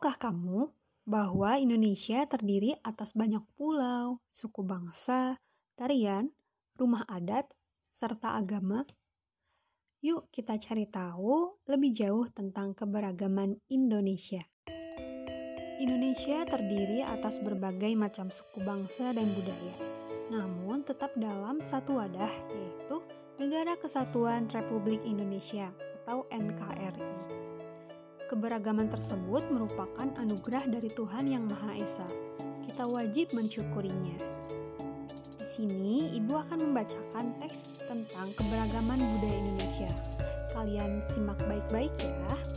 Tahukah kamu bahwa Indonesia terdiri atas banyak pulau, suku bangsa, tarian, rumah adat, serta agama? Yuk kita cari tahu lebih jauh tentang keberagaman Indonesia. Indonesia terdiri atas berbagai macam suku bangsa dan budaya, namun tetap dalam satu wadah, yaitu Negara Kesatuan Republik Indonesia atau NKRI. Keberagaman tersebut merupakan anugerah dari Tuhan Yang Maha Esa. Kita wajib mensyukurinya. Di sini, Ibu akan membacakan teks tentang keberagaman budaya Indonesia. Kalian simak baik-baik ya.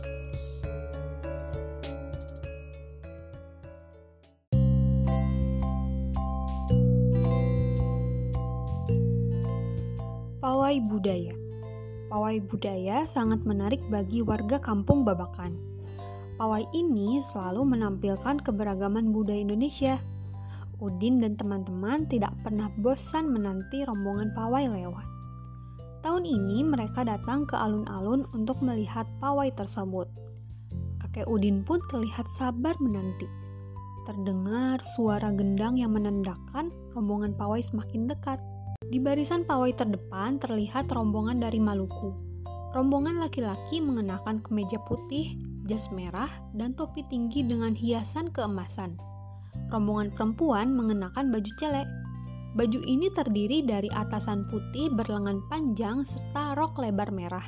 Pawai budaya. Pawai budaya sangat menarik bagi warga kampung Babakan. Pawai ini selalu menampilkan keberagaman budaya Indonesia. Udin dan teman-teman tidak pernah bosan menanti rombongan pawai lewat. Tahun ini mereka datang ke alun-alun untuk melihat pawai tersebut. Kakek Udin pun terlihat sabar menanti. Terdengar suara gendang yang menandakan rombongan pawai semakin dekat. Di barisan pawai terdepan terlihat rombongan dari Maluku. Rombongan laki-laki mengenakan kemeja putih, jas merah, dan topi tinggi dengan hiasan keemasan. Rombongan perempuan mengenakan baju celek. Baju ini terdiri dari atasan putih berlengan panjang serta rok lebar merah.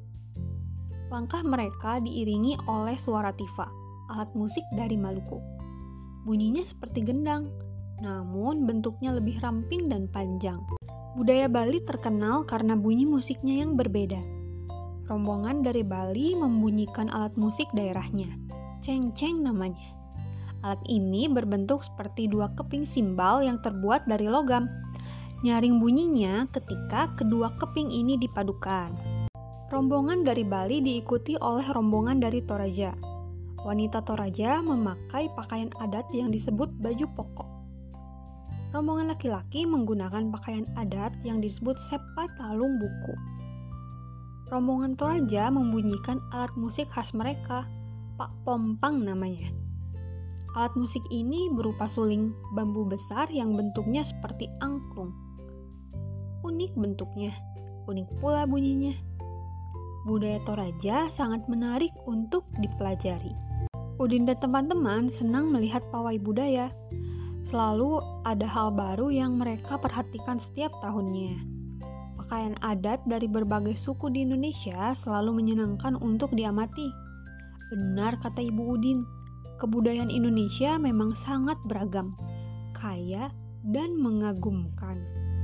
Langkah mereka diiringi oleh suara tifa, alat musik dari Maluku. Bunyinya seperti gendang, namun bentuknya lebih ramping dan panjang. Budaya Bali terkenal karena bunyi musiknya yang berbeda. Rombongan dari Bali membunyikan alat musik daerahnya, ceng-ceng namanya. Alat ini berbentuk seperti dua keping simbal yang terbuat dari logam. Nyaring bunyinya ketika kedua keping ini dipadukan. Rombongan dari Bali diikuti oleh rombongan dari Toraja. Wanita Toraja memakai pakaian adat yang disebut baju pokok. Rombongan laki-laki menggunakan pakaian adat yang disebut sepa talung buku. Rombongan Toraja membunyikan alat musik khas mereka, Pak Pompang namanya. Alat musik ini berupa suling bambu besar yang bentuknya seperti angklung. Unik bentuknya, unik pula bunyinya. Budaya Toraja sangat menarik untuk dipelajari. Udin dan teman-teman senang melihat pawai budaya. Selalu ada hal baru yang mereka perhatikan setiap tahunnya. Pakaian adat dari berbagai suku di Indonesia selalu menyenangkan untuk diamati. Benar kata Ibu Udin, kebudayaan Indonesia memang sangat beragam, kaya, dan mengagumkan.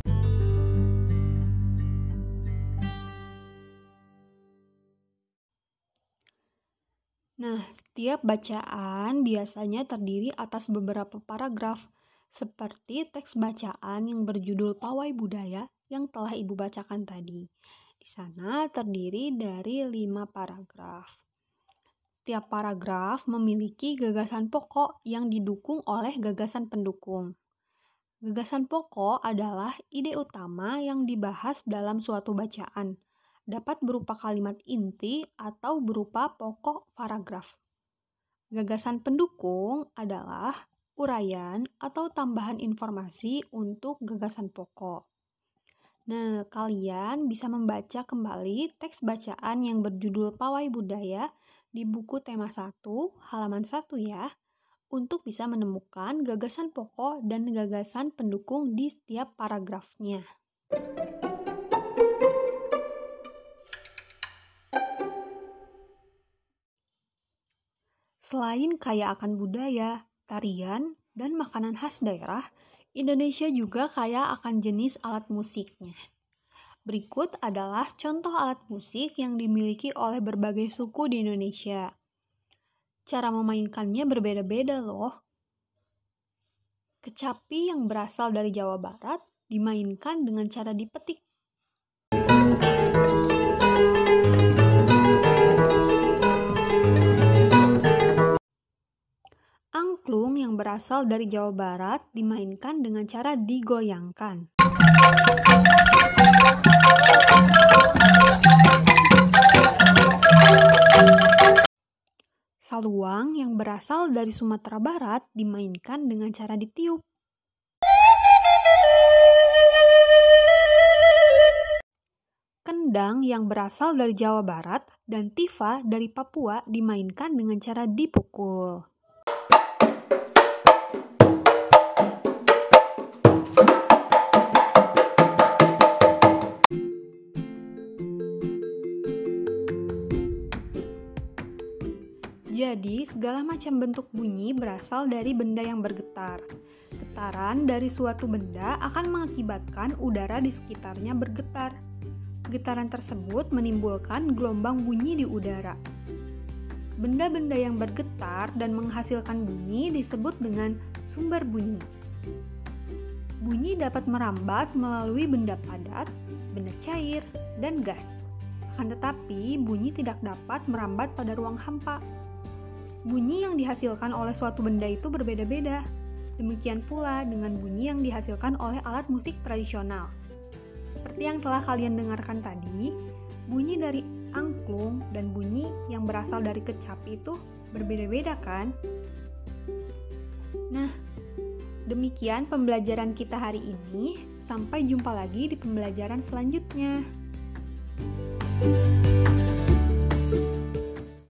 Nah, setiap bacaan biasanya terdiri atas beberapa paragraf, seperti teks bacaan yang berjudul Pawai Budaya yang telah Ibu bacakan tadi. Di sana terdiri dari 5 paragraf. Setiap paragraf memiliki gagasan pokok yang didukung oleh gagasan pendukung. Gagasan pokok adalah ide utama yang dibahas dalam suatu bacaan. Dapat berupa kalimat inti atau berupa pokok paragraf. Gagasan pendukung adalah uraian atau tambahan informasi untuk gagasan pokok. Nah, kalian bisa membaca kembali teks bacaan yang berjudul Pawai Budaya di buku tema 1, halaman 1 ya, untuk bisa menemukan gagasan pokok dan gagasan pendukung di setiap paragrafnya. Selain kaya akan budaya, tarian, dan makanan khas daerah, Indonesia juga kaya akan jenis alat musiknya. Berikut adalah contoh alat musik yang dimiliki oleh berbagai suku di Indonesia. Cara memainkannya berbeda-beda loh. Kecapi yang berasal dari Jawa Barat dimainkan dengan cara dipetik. Angklung yang berasal dari Jawa Barat dimainkan dengan cara digoyangkan. Saluang yang berasal dari Sumatera Barat dimainkan dengan cara ditiup. Kendang yang berasal dari Jawa Barat dan tifa dari Papua dimainkan dengan cara dipukul. Jadi, segala macam bentuk bunyi berasal dari benda yang bergetar. Getaran dari suatu benda akan mengakibatkan udara di sekitarnya bergetar. Getaran tersebut menimbulkan gelombang bunyi di udara. Benda-benda yang bergetar dan menghasilkan bunyi disebut dengan sumber bunyi. Bunyi dapat merambat melalui benda padat, benda cair, dan gas. Akan tetapi, bunyi tidak dapat merambat pada ruang hampa. Bunyi yang dihasilkan oleh suatu benda itu berbeda-beda. Demikian pula dengan bunyi yang dihasilkan oleh alat musik tradisional. Seperti yang telah kalian dengarkan tadi, bunyi dari angklung dan bunyi yang berasal dari kecapi itu berbeda-beda kan? Nah, demikian pembelajaran kita hari ini. Sampai jumpa lagi di pembelajaran selanjutnya.